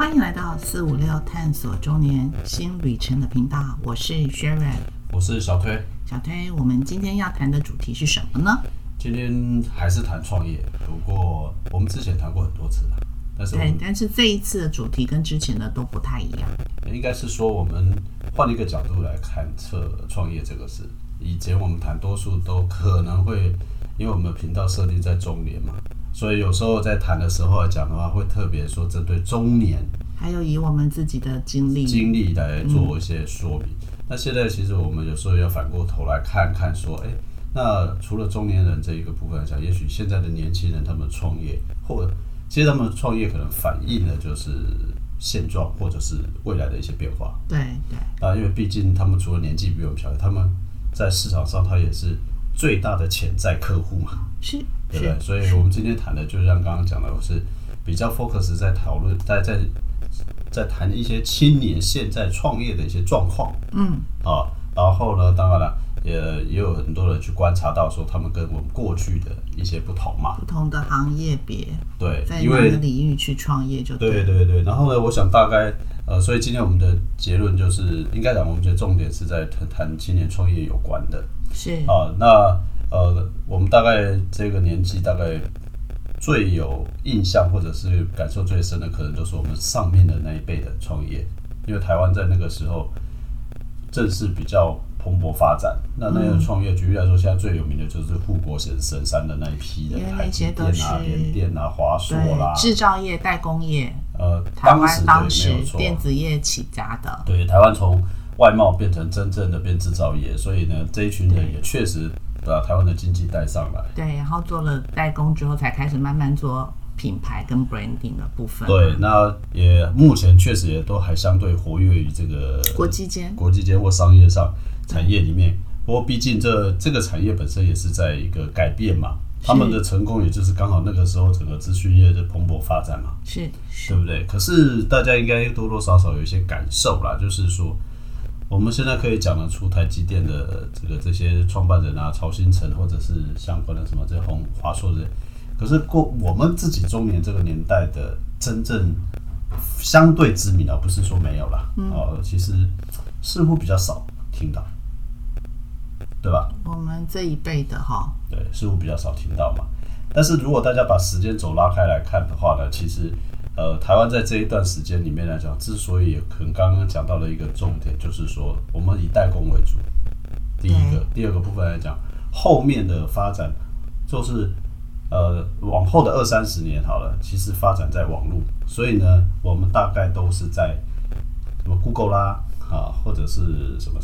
欢迎来到456探索中年新旅程的频道，我是 Sharon， 我是小推。 小推，我们今天要谈的主题是什么呢？ 今天还是谈创业，不过我们之前谈过很多次了， 但是这一次的主题跟之前的都不太一样。 应该是说我们换一个角度来看创业这个事。以前我们谈多数都可能会，因为我们频道设定在中年嘛，所以有时候在谈的时候来讲的话，会特别说针对中年， 还有以我们自己的经历来做一些说明。那现在其实我们有时候要反过头来看看说，那除了中年人这一个部分来讲，也许现在的年轻人他们创业，或者其实他们创业可能反映的就是现状或者是未来的一些变化。 对。 因为毕竟他们除了年纪比我们小，他们在市场上他也是最大的潜在客户嘛， 是， 对不对？所以我们今天谈的就像刚刚讲的，是比较 focus 在讨论，在谈一些青年现在创业的一些状况。然后呢，当然了，也有很多人去观察到说，他们跟我们过去的一些不同嘛， 不同的行业别， 对， 在哪个领域去创业就对。 对。然后呢，我想大概所以今天我们的结论就是，应该讲我们觉得重点是在谈青年创业有关的。 是那我们大概这个年纪，大概最有印象或者是感受最深的，可能就是我们上面的那一辈的创业，因为台湾在那个时候正是比较蓬勃发展。那个创业，举例来说，现在最有名的就是富国神山的那一批的台积电啊、联电啊、华硕啦， 制造业、代工业。 台湾当时电子业起家的。 对，台湾从外贸变成真正的变制造业，所以呢，这一群人也确实把台湾的经济带上来。 对，然后做了代工之后，才开始慢慢做品牌跟 branding 的部分。 对，那也目前确实也都还相对活跃于这个国际间或商业上产业里面。不过毕竟这个产业本身也是在一个改变嘛，他们的成功也就是刚好那个时候整个资讯业的蓬勃发展嘛， 是对不对？可是大家应该多多少少有一些感受啦，就是说我们现在可以讲得出台积电的这些创办人啊，曹兴诚或者是相关的什么这些华硕的，可是我们自己中年这个年代的真正相对知名，不是说没有啦，其实似乎比较少听到，对吧？ 我们这一辈的对，似乎比较少听到嘛。但是如果大家把时间轴拉开来看的话呢，其实台湾在这一段时间里面来讲，之所以可能刚刚讲到的一个重点，就是说我们以代工为主，第一个，第二个部分来讲，后面的发展就是往后的20-30年好了，其实发展在网络，所以呢，我们大概都是在什么 Google 啦或者是什么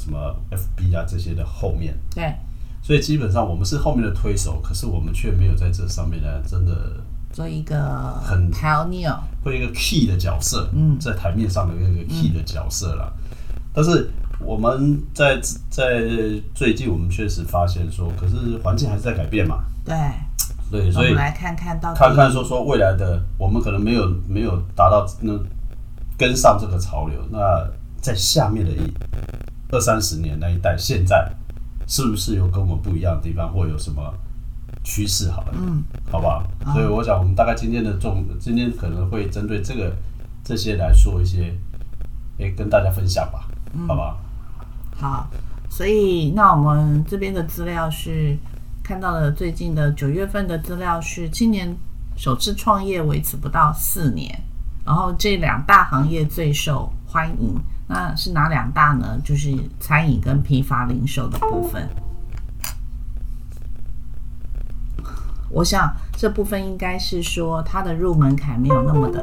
FB 啊这些的后面。 对， 所以基本上我们是后面的推手，可是我们却没有在这上面呢，真的做一个很 pioneer， 会一个 key 的角色，在台面上的一个 key 的角色啦。但是我们在最近，我们确实发现说，可是环境还是在改变嘛。对，所以我们来看看说未来的我们可能没有达到跟上这个潮流。那在下面的20-30年那一代，现在是不是有跟我们不一样的地方，或有什么趋势？好了，好不好？所以我想，我们大概今天可能会针对这些来说一些，跟大家分享吧，好不好？ 好，所以那我们这边的资料是看到了最近的9月份的资料是青年首次创业维持不到4年，然后这2大行业最受欢迎。那是哪2大呢？就是餐饮跟批发零售的部分。我想这部分应该是说它的入门槛没有那么的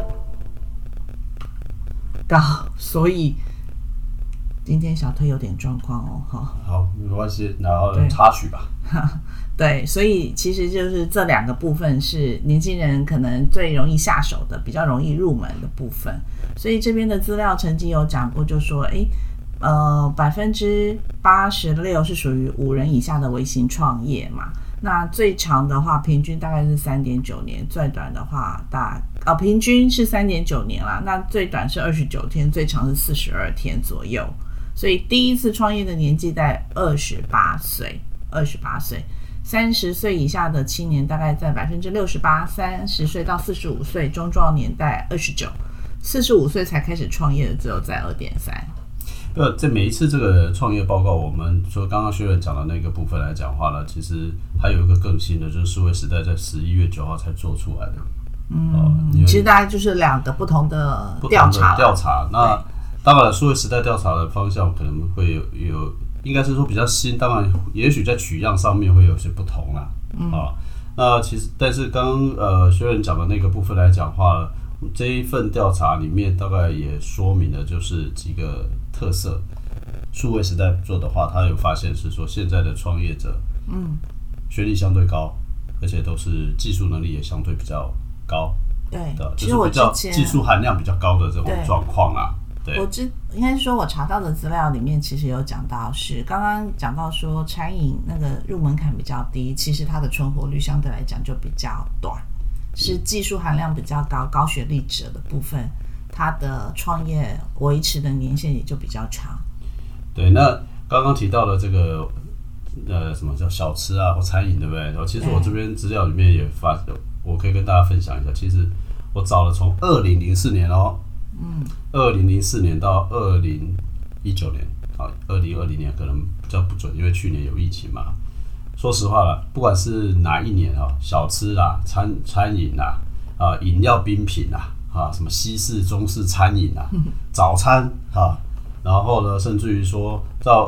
高，所以今天小推有点状况好，没关系，然后插曲吧。 对，所以其实就是这2个部分是年轻人可能最容易下手的，比较容易入门的部分。所以这边的资料曾经有讲过，就说86%是属于5人以下的微型创业嘛。那最长的话，平均大概是3.9年，最短的话平均是3.9年啦。那最短是29天，最长是42天左右。所以第一次创业的年纪在28岁，30岁以下的青年大概在 68%， 30岁到45岁中壮年在29%。 45岁才开始创业的只有在2.3。 这每一次这个创业报告，我们说刚刚薛仁讲的那个部分来讲话呢，其实还有一个更新的，就是数位时代在11月9号才做出来的。 其实大概就是2个不同的调查。 那当然，数位时代调查的方向可能会有，应该是说比较新，当然也许在取样上面会有些不同啦。那其实但是刚薛仁讲的那个部分来讲话，这一份调查里面大概也说明了就是几个特色。数位时代做的话，他有发现是说现在的创业者，学历相对高，而且都是技术能力也相对比较高， 对， 就是比较技术含量比较高的这种状况啦。对， 应该说我查到的资料里面其实有讲到是刚刚讲到说餐饮那个入门槛比较低，其实它的存活率相对来讲就比较短，是技术含量比较高、高学历者的部分，它的创业维持的年限也就比较长。 对，那刚刚提到的这个什么叫小吃啊或餐饮，对不对？然后其实我这边资料里面也我可以跟大家分享一下，其实我找了从2004年2004年到2019年，2020年可能比较不准，因为去年有疫情嘛。说实话啦，不管是哪一年小吃啦、餐饮啦、饮料冰品啦、什么西式、中式餐饮啦、早餐然后呢，甚至于说到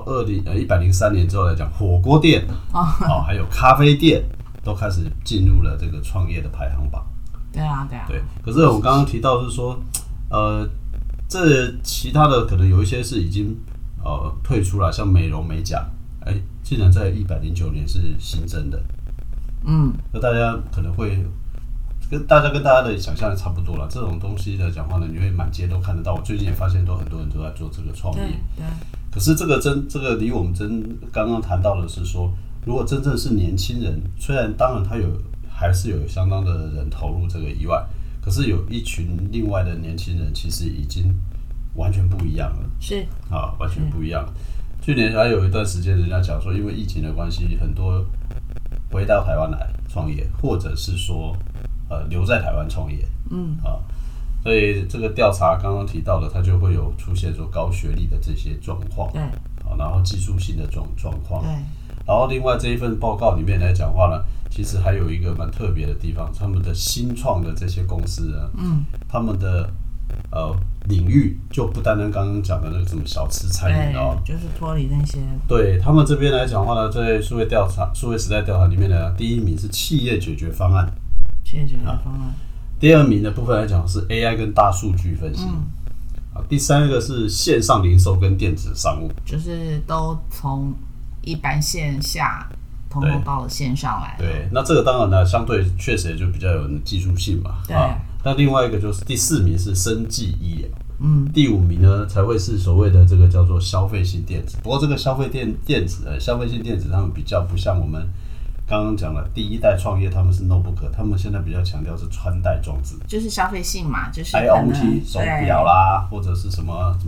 103年之后来讲，火锅店还有咖啡店都开始进入了这个创业的排行榜。 对啊。 对，可是我刚刚提到是说，这其他的可能有一些是已经退出了，像美容美甲，竟然在109年是新增的。那大家可能会跟大家的想象差不多了。这种东西的讲话呢，你会满街都看得到。我最近也发现，很多人都在做这个创业。 对。 可是这个离我们刚刚谈到的是说，如果真正是年轻人，虽然当然还是有相当的人投入这个以外，可是有一群另外的年轻人，其实已经完全不一样了。 是完全不一样。去年还有一段时间，人家讲说，因为疫情的关系，很多回到台湾来创业，或者是说留在台湾创业。所以这个调查刚刚提到的，它就会有出现说高学历的这些状况。 对。 然后技术性的状况。 对。 然后另外这一份报告里面来讲话呢，其实还有一个蛮特别的地方，他们的新创的这些公司呢，他们的领域就不单单刚刚讲的那个什么小吃餐饮就是脱离那些。 对，他们这边来讲话呢，在数位时代调查里面呢，第一名是企业解决方案。第二名的部分来讲是 AI 跟大数据分析。第三个是线上零售跟电子商务， 就是都从一般线下通通到了线上来了。 对，那这个当然呢，相对确实也就比较有技术性嘛。 对。 那另外一个就是第4名是生技医疗。第5名呢才会是所谓的这个叫做消费性电子。不过这个消费性电子，他们比较不像我们刚刚讲的第一代创业，他们是 notebook， 他们现在比较强调是穿戴装置， 就是消费性嘛，就是 IoT 手表啦，或者是什么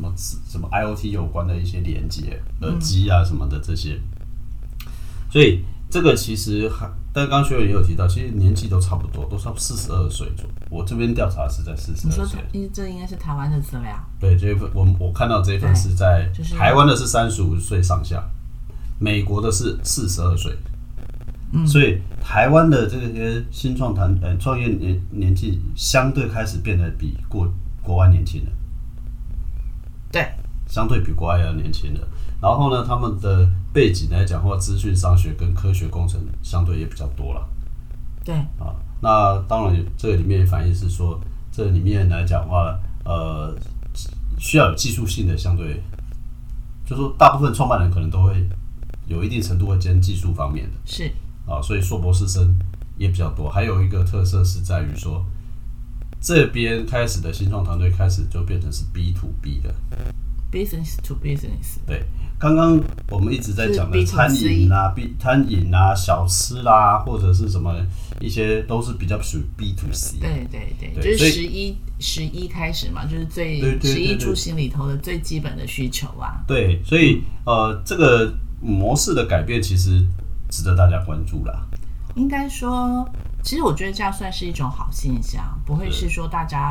IoT 有关的一些连接耳机啊什么的这些。所以这个其实但刚刚学员也有提到，其实年纪都差不多，都差不多42岁左右。我这边调查是在42岁。 你说这应该是台湾的资料？ 对，这一份我看到这一份是在台湾的是35岁上下，美国的是42岁。所以台湾的这些新创创业年纪相对开始变得比国外年轻了。 对， 相对比国外要年轻了。然后呢，他们的背景来讲，或资讯商学跟科学工程相对也比较多了。 对那当然这个里面反映是说，这里面来讲的话，需要有技术性的，相对就是说大部分创办人可能都会有一定程度会兼技术方面的。 是所以硕博士生也比较多。还有一个特色是在于说，这边开始的新创团队开始就变成是 B to B 的 ，business to business。 对，刚刚我们一直在讲的餐饮啊、小吃啦，或者是什么一些都是比较属于 B to C。 对，就是11开始嘛，就是11出行里头的最基本的需求啊。 对，所以这个模式的改变其实值得大家关注啦。 应该说，其实我觉得这样算是一种好现象，不会是说大家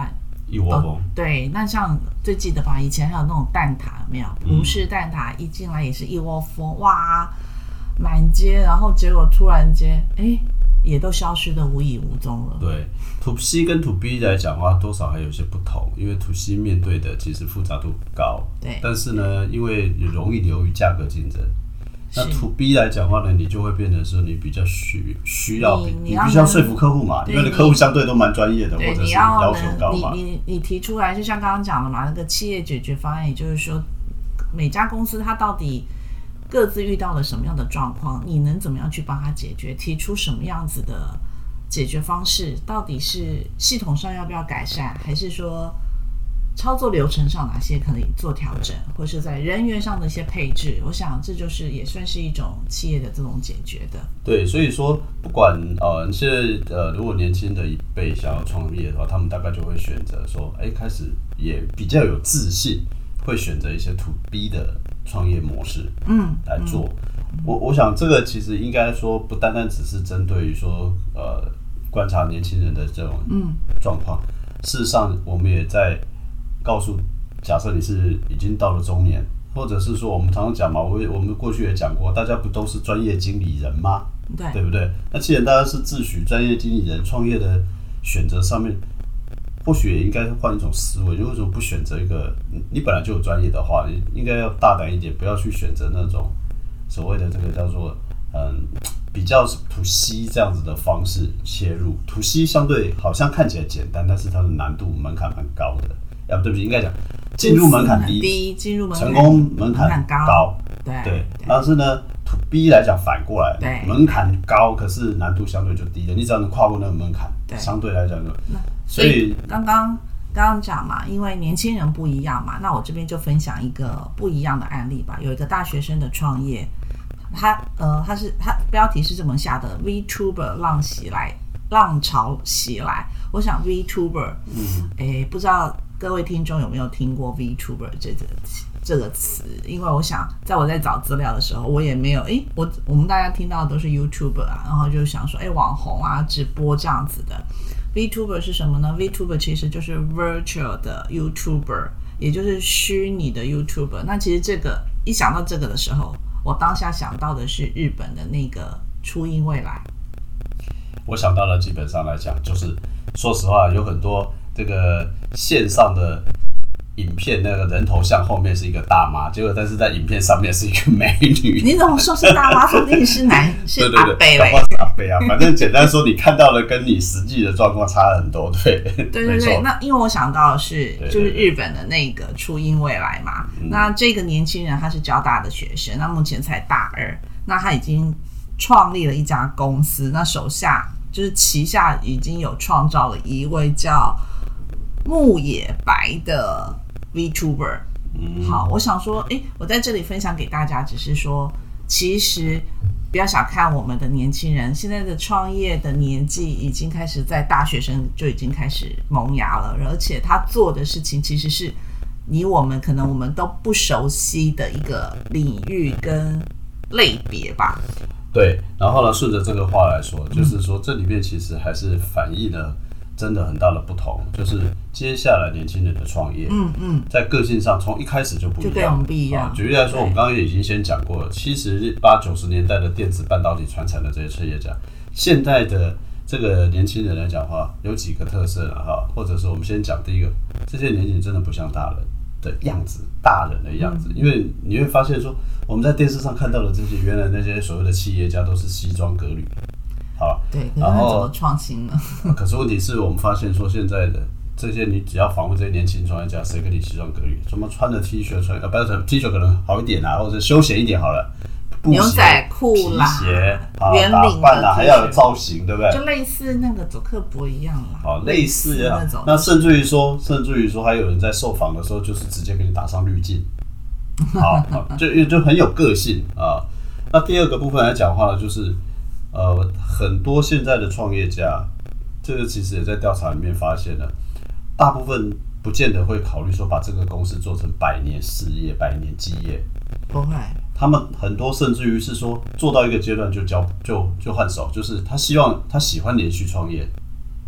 一窝蜂。 对，那像最记得吧？以前还有那种蛋挞，有没有？葡式蛋挞一进来也是一窝蜂，哇，满街，然后结果突然间，也都消失的无影无踪了。 对 ，To C 跟 To B 来讲的话，多少还有一些不同，因为 To C 面对的其实复杂度高， 对， 但是呢，因为容易流于价格竞争。那 To B 来讲的话呢，你就会变成说你比较需要，你必须要说服客户嘛，因为客户相对都蛮专业的，或者是要求高嘛。 你提出来，就像刚刚讲的嘛，那个企业解决方案，也就是说，每家公司它到底各自遇到了什么样的状况，你能怎么样去帮他解决？提出什么样子的解决方式？到底是系统上要不要改善，还是说操作流程上哪些可以做调整，或是在人员上的一些配置？我想这就是也算是一种企业的这种解决的。 对，所以说不管现在如果年轻的一辈想要创业的话，他们大概就会选择说，开始也比较有自信，会选择一些 To B 的创业模式，来做。我想这个其实应该说不单单只是针对于说观察年轻人的这种状况，事实上我们也在告诉，假设你是已经到了中年，或者是说我们常常讲嘛，我们过去也讲过，大家不都是专业经理人吗？对不对？那既然大家是自诩专业经理人，创业的选择上面，或许也应该换一种思维，就为什么不选择一个你本来就有专业的话，你应该要大胆一点，不要去选择那种所谓的这个叫做比较 To C 这样子的方式切入。To C 相对好像看起来简单，但是它的难度门槛蛮高的。对不起，应该讲进入门槛低，成功门槛高。对，但是呢 ，To B 来讲反过来，门槛高，可是难度相对就低了。你只要能跨过那个门槛，相对来讲就。 所以刚刚讲嘛，因为年轻人不一样嘛，那我这边就分享一个不一样的案例吧。有一个大学生的创业，他标题是这么下的 ：VTuber 浪潮袭来。我想 VTuber，不知道各位听众有没有听过 VTuber 这个词？因为我想，我在找资料的时候，我也没有，我们大家听到的都是 YouTuber 啊，然后就想说，网红啊，直播这样子的。VTuber 是什么呢？ VTuber 其实就是 virtual 的 YouTuber， 也就是虚拟的 YouTuber。那其实这个一想到这个的时候，我当下想到的是日本的那个初音未来。 我想到了，基本上来讲，就是说实话，有很多这个线上的影片，那个人头像后面是一个大妈，结果但是在影片上面是一个美女。 你怎么说是大妈？说不定是是阿伯嘞。 是阿伯啊，反正简单说，你看到的跟你实际的状况差很多，对。 对。那因为我想到的是，就是日本的那个初音未来嘛。那这个年轻人他是交大的学生，那目前才大2，那他已经创立了一家公司，那手下就是旗下已经有创造了一位叫木野白的 VTuber。好，我想说，我在这里分享给大家，只是说，其实不要小看我们的年轻人，现在的创业的年纪已经开始在大学生就已经开始萌芽了，而且他做的事情其实是我们可能我们都不熟悉的一个领域跟类别吧。 对，然后呢，顺着这个话来说，就是说这里面其实还是反映了真的很大的不同，就是接下来年轻人的创业，在个性上从一开始就不一样， 就跟我们不一样。 举例来说，我们刚刚也已经先讲过了，70、80、90年代的电子半导体传承的这些企业家，现在的这个年轻人来讲的话，有几个特色哈，或者是我们先讲第一个，这些年轻人真的不像大人的样子，大人的样子，因为你会发现说，我们在电视上看到的这些原来那些所谓的企业家都是西装革履，好， 对，可是那怎么创新呢？ 可是问题是我们发现说，现在的这些你只要访问这些年轻创业家，谁跟你西装革履？什么穿的 T 恤不是 T 恤可能好一点啊，或者休闲一点好了。 牛仔裤啦， 皮鞋圆领打扮啦，还要有造型，对不对？ 就类似那个佐克伯一样啦。 类似那种。那甚至于说，还有人在受访的时候，就是直接给你打上滤镜，就很有个性啊。那第二个部分来讲的话呢，就是很多现在的创业家，这个其实也在调查里面发现了，大部分不见得会考虑说把这个公司做成100年事业、100年基业， 不会。 他们很多甚至于是说做到一个阶段就换手，就是他喜欢连续创业，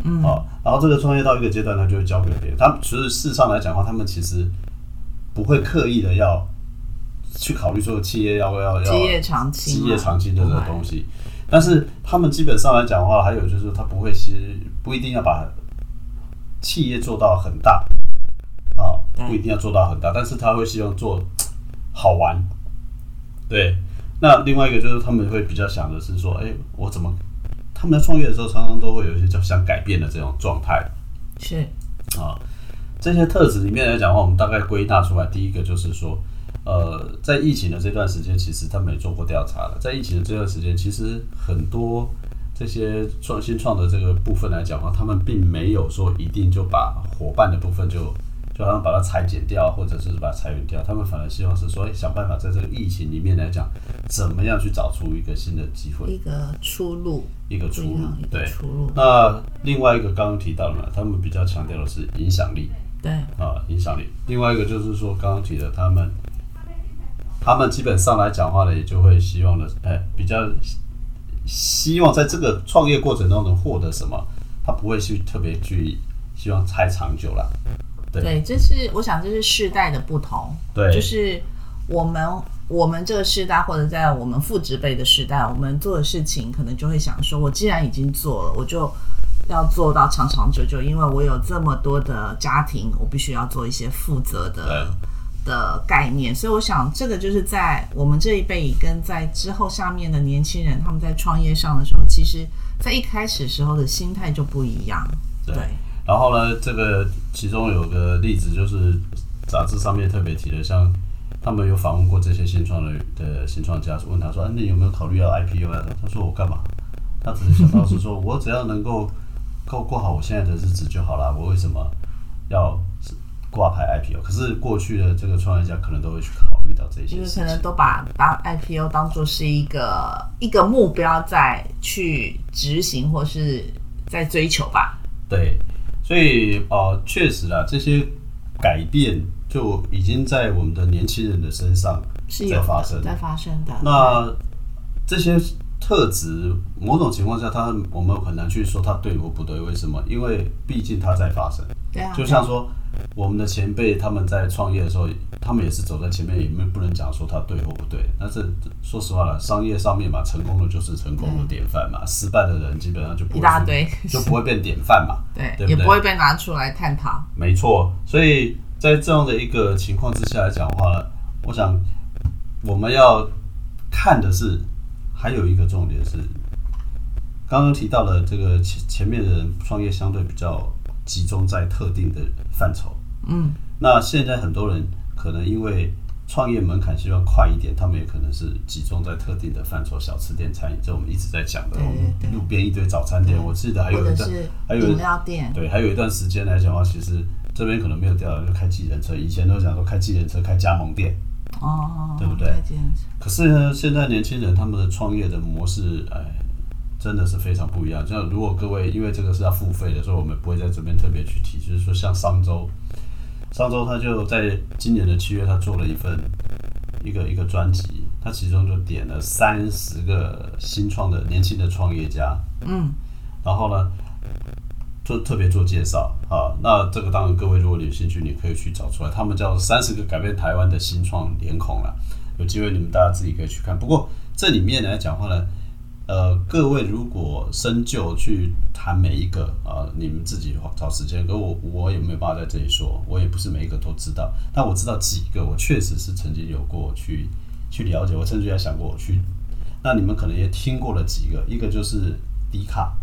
然后这个创业到一个阶段，他就会交给别人。他其实事实上来讲的话，他们其实不会刻意的要去考虑说企业要基业长青的这个东西，但是他们基本上来讲的话，还有就是他不一定要把企业做到很大不一定要做到很大，但是他会希望做好玩。对，那另外一个就是他们会比较想的是说，我怎么？他们在创业的时候，常常都会有一些叫想改变的这种状态。 是这些特质里面来讲的话，我们大概归纳出来，第一个就是说，在疫情的这段时间，其实他们也做过调查了。在疫情的这段时间，其实很多这些新创的这个部分来讲的话，他们并没有说一定就把伙伴的部分就好像把它裁减掉，或者是把它裁员掉，他们反而希望是说，想办法在这个疫情里面来讲，怎么样去找出一个新的机会， 一个出路。 对。那另外一个刚刚提到了，他们比较强调的是影响力。 对影响力。另外一个就是说，刚刚提的，他们基本上来讲话呢，也就会希望的，比较希望在这个创业过程中能获得什么，他不会去特别去希望太长久了。 对，我想这是世代的不同。 对， 就是我们这个世代，或者在我们父执辈的时代，我们做的事情可能就会想说，我既然已经做了，我就要做到长长久久，因为我有这么多的家庭，我必须要做一些负责的概念。所以我想这个就是在我们这一辈跟在之后下面的年轻人，他们在创业上的时候，其实在一开始时候的心态就不一样。对。 然后呢，这个其中有个例子就是杂志上面特别提的，像他们有访问过这些新创的新创家，问他说：“你有没有考虑要 IPO 啊？”他说：“我干嘛？他只是想到是说，我只要能够过好我现在的日子就好了，我为什么要挂牌 IPO？” 可是过去的这个创业家可能都会去考虑到这些事情， 因为可能都把IPO 当作是一个目标再去执行或是在追求吧。 对。所以确实啦，这些改变就已经在我们的年轻人的身上在发生的。 那这些特质，某种情况下，我们很难去说它对或不对。为什么？因为毕竟它在发生。 对啊。 就像说，我们的前辈他们在创业的时候，他们也是走在前面，也不能讲说它对或不对。但是说实话了，商业上面嘛，成功的就是成功的典范嘛，失败的人基本上就不会一大堆， 就不会变典范嘛， 对不对？ 也不会被拿出来探讨。 没错，所以在这样的一个情况之下来讲的话呢，我想我们要看的是，还有一个重点是，刚刚提到的这个前面的人创业相对比较集中在特定的范畴。那现在很多人可能因为创业门槛希望快一点，他们也可能是集中在特定的范畴，小吃店、餐饮，这我们一直在讲的。我们路边一堆早餐店，我记得还有饮料店， 对，还有一段时间来讲的话，其实这边可能没有调，就开计程车。以前都讲说开计程车、开加盟店，对不对？可是呢，现在年轻人他们的创业的模式，真的是非常不一样。像如果各位因为这个是要付费的，所以我们不会在这边特别去提。就是说，像商周他就在今年的7月，他做了一个专辑，他其中就点了30个新创的年轻的创业家，然后呢，就特别做介绍啊。那这个当然各位如果有兴趣，你可以去找出来，他们叫30个改变台湾的新创脸孔啦。有机会你们大家自己可以去看。不过这里面来讲话呢，各位如果深究去谈每一个你们自己找时间，可我也没有办法在这里说，我也不是每一个都知道，但我知道几个，我确实是曾经有过去了解，我甚至也想过我去。那你们可能也听过了几个，一个就是迪卡，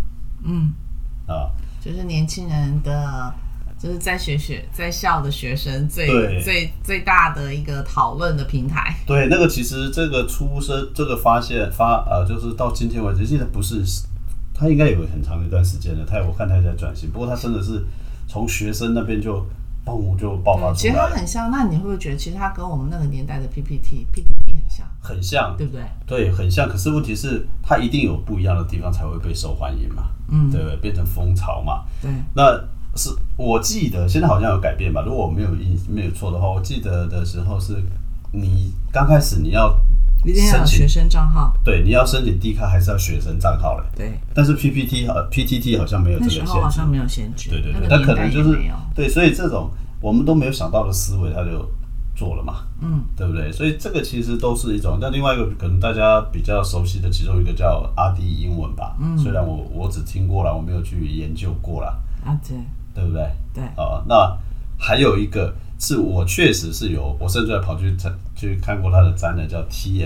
就是年轻人的，就是在校的学生最大的一个讨论的平台。 对，那个其实这个出生这个就是到今天为止，记得不是，他应该有很长一段时间了。我看他在转型，不过他真的是从学生那边就嘣就爆发出来。 其实他很像，那你会不会觉得，其实他跟我们那个年代的 PPT 很像， 对不对？ 对，很像。可是问题是，他一定有不一样的地方才会被受欢迎嘛，对不对？变成风潮嘛。 对， 那是我记得现在好像有改变吧？如果我没有错的话，我记得的时候是你刚开始你要一定要有学生账号。 对，你要申请 D 卡还是要学生账号嘞？ 对。 但是 PTT 好像没有这个限制。 那时候好像没有限制。 对，那可能就是对，所以这种我们都没有想到的思维，他就做了嘛，对不对？所以这个其实都是一种。那另外一个可能大家比较熟悉的其中一个叫阿迪英文吧，虽然我只听过了，我没有去研究过了。对不对？ 对。 那还有一个是我确实是有，我甚至还跑去看过他的展览，叫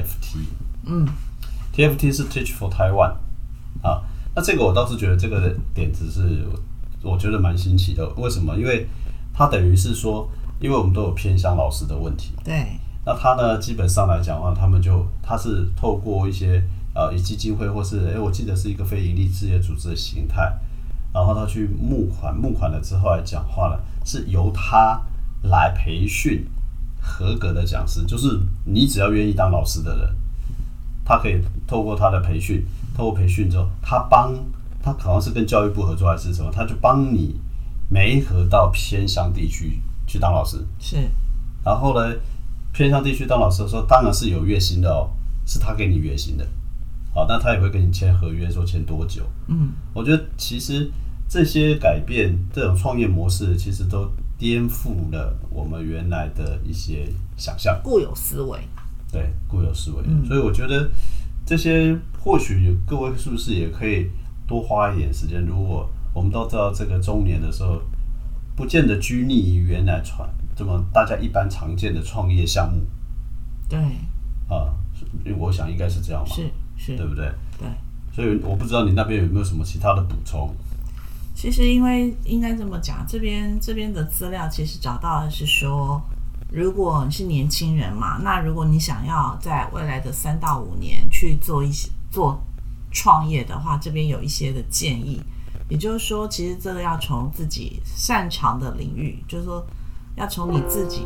TFT。TFT 是 Teach for Taiwan 啊。那这个我倒是觉得这个点子是我觉得蛮新奇的。为什么？因为它等于是说，因为我们都有偏乡老师的问题。 对。 那他呢，基本上来讲的话，他是透过一些以基金会或是我记得是一个非营利事业组织的形态。然后他去募款了之后来讲话了，是由他来培训合格的讲师，就是你只要愿意当老师的人，他可以透过他的培训，透过培训之后，他好像是跟教育部合作还是什么，他就帮你媒合到偏乡地区去当老师。 是。 然后呢，偏乡地区当老师的时候，当然是有月薪的哦，是他给你月薪的。好，那他也会跟你签合约，说签多久。我觉得其实这些改变，这种创业模式，其实都颠覆了我们原来的一些想象， 固有思维。 对，固有思维。所以我觉得这些或许各位是不是也可以多花一点时间？如果我们都知道这个中年的时候，不见得拘泥于原来这么大家一般常见的创业项目。 对。 我想应该是这样嘛。 是， 对不对？ 对。 所以我不知道你那边有没有什么其他的补充。 其实因为应该这么讲，这边的资料其实找到的是说，如果你是年轻人嘛，那如果你想要在未来的3到5年去做创业的话，这边有一些的建议。也就是说，其实这个要从自己擅长的领域，就是说要从你自己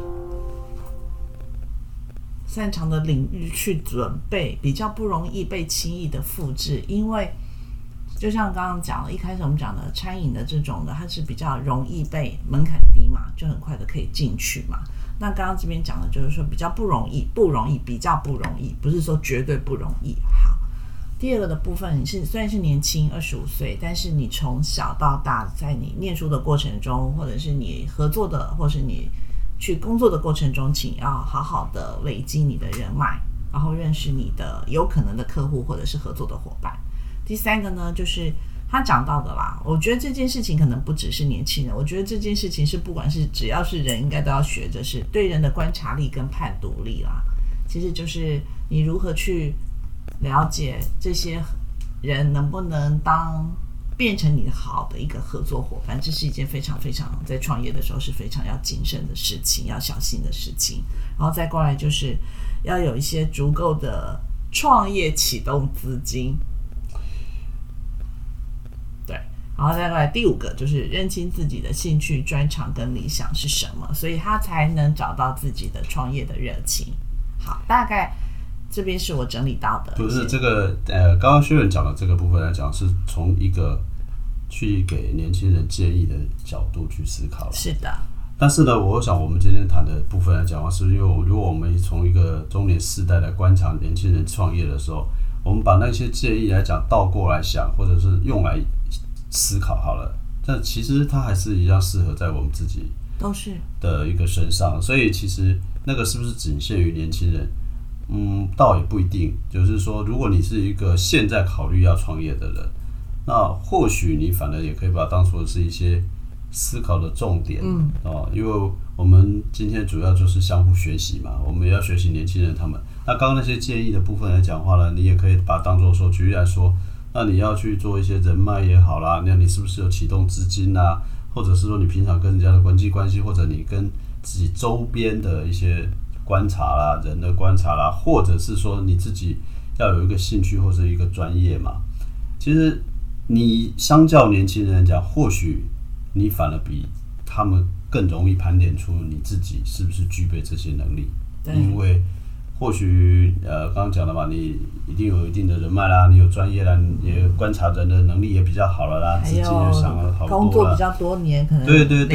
擅长的领域去准备，比较不容易被轻易的复制。因为就像刚刚讲了，一开始我们讲的餐饮的这种的，它是比较容易被门槛低嘛，就很快的可以进去嘛。那刚刚这边讲的就是说比较不容易，比较不容易，不是说绝对不容易。好，第二个的部分，你虽然是年轻25岁，但是你从小到大，在你念书的过程中，或者是你合作的，或是你去工作的过程中，请要好好的累积你的人脉，然后认识你的有可能的客户或者是合作的伙伴。第三个呢，就是他讲到的啦，我觉得这件事情可能不只是年轻人，我觉得这件事情是不管是只要是人应该都要学着，是对人的观察力跟判读力啦。其实就是你如何去了解这些人能不能变成你好的一个合作伙伴，这是一件非常非常在创业的时候是非常要谨慎的事情，要小心的事情。然后再过来就是要有一些足够的创业启动资金。对，然后再过来第5个就是认清自己的兴趣、专长跟理想是什么，所以他才能找到自己的创业的热情。好，大概这边是我整理到的。 不是这个刚刚薛仁讲的这个部分来讲，是从一个去给年轻人建议的角度去思考了。 是的。 但是呢，我想我们今天谈的部分来讲的话，是因为如果我们从一个中年世代来观察年轻人创业的时候，我们把那些建议来讲倒过来想，或者是用来思考好了，但其实它还是一样适合在我们自己都是的一个身上。所以其实那个是不是仅限于年轻人？倒也不一定。就是说，如果你是一个现在考虑要创业的人，那或许你反而也可以把它当作是一些思考的重点。因为我们今天主要就是相互学习嘛，我们也要学习年轻人他们。那刚刚那些建议的部分来讲话呢，你也可以把它当作说，举例来说，那你要去做一些人脉也好啦，那你是不是有启动资金啊？或者是说你平常跟人家的人际关系，或者你跟自己周边的一些观察啦，人的观察啦，或者是说你自己要有一个兴趣或者一个专业嘛。其实你相较年轻人讲，或许你反而比他们更容易盘点出你自己是不是具备这些能力。因为或许刚刚讲了嘛，你一定有一定的人脉啦，你有专业啦，你也观察人的能力也比较好了啦，资金也想了好多啦， 工作比较多年，可能对，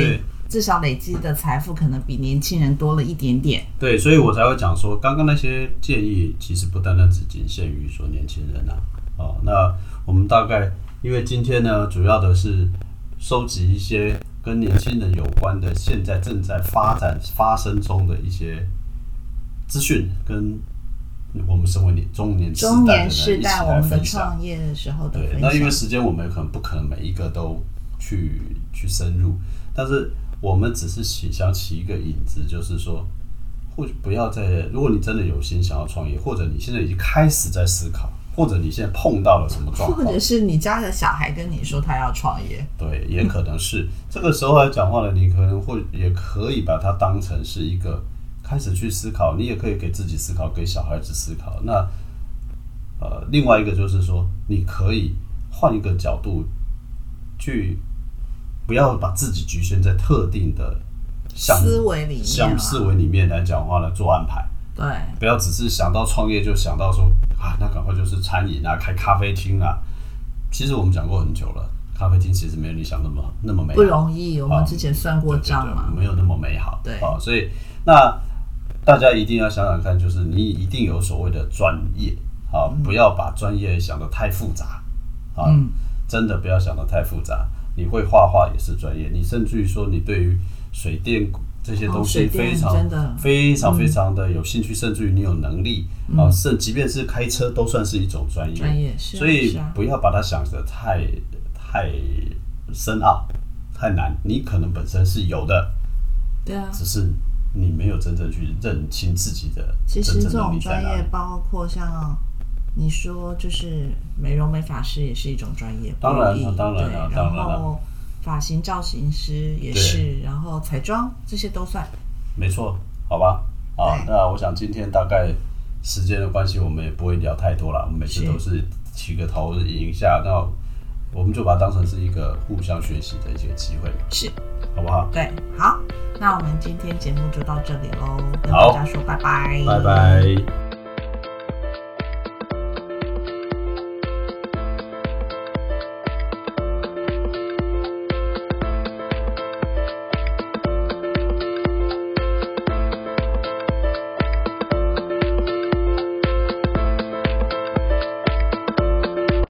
至少累积的财富可能比年轻人多了一点点。 对，所以我才会讲说，刚刚那些建议其实不单单只仅限于说年轻人啊。那我们大概因为今天呢，主要的是收集一些跟年轻人有关的，现在正在发生中的一些资讯，跟我们身为中年世代的人一起来我们的分享。 创业的时候的分享。 对，那因为时间我们不可能每一个都去深入，但是我们只是想起一个引子，就是说，或许不要再，如果你真的有心想要创业，或者你现在已经开始在思考，或者你现在碰到了什么状况， 或者是你家的小孩跟你说他要创业， 对，也可能是这个时候来讲话呢，你可能也可以把它当成是一个开始去思考，你也可以给自己思考，给小孩子思考。那另外一个就是说，你可以换一个角度去，不要把自己局限在特定的思维里面来讲话呢做安排。 对， 不要只是想到创业就想到说那赶快就是餐饮啊，开咖啡厅啊。其实我们讲过很久了，咖啡厅其实没有你想那么美好， 不容易。我们之前算过账嘛， 对，没有那么美好。 对， 所以那大家一定要想想看，就是你一定有所谓的专业。不要把专业想得太复杂真的不要想得太复杂。你会画画也是专业，你甚至于说你对于水电这些东西非常的有兴趣，甚至于你有能力即便是开车都算是一种专业。所以不要把它想得太深奥、太难。你可能本身是有的， 对啊， 只是你没有真正去认清自己的真正能力在哪里。 其实这种专业包括像你说，就是美容美发师也是一种专业， 当然了。 然后发型造型师也是，然后彩妆这些都算。 没错，好吧。那我想今天大概时间的关系，我们也不会聊太多了。我们每次都是起个头引一下，那我们就把它当成是一个互相学习的一个机会， 是， 好不好？ 对，好。那我们今天节目就到这里喽，跟大家说拜拜， 拜拜。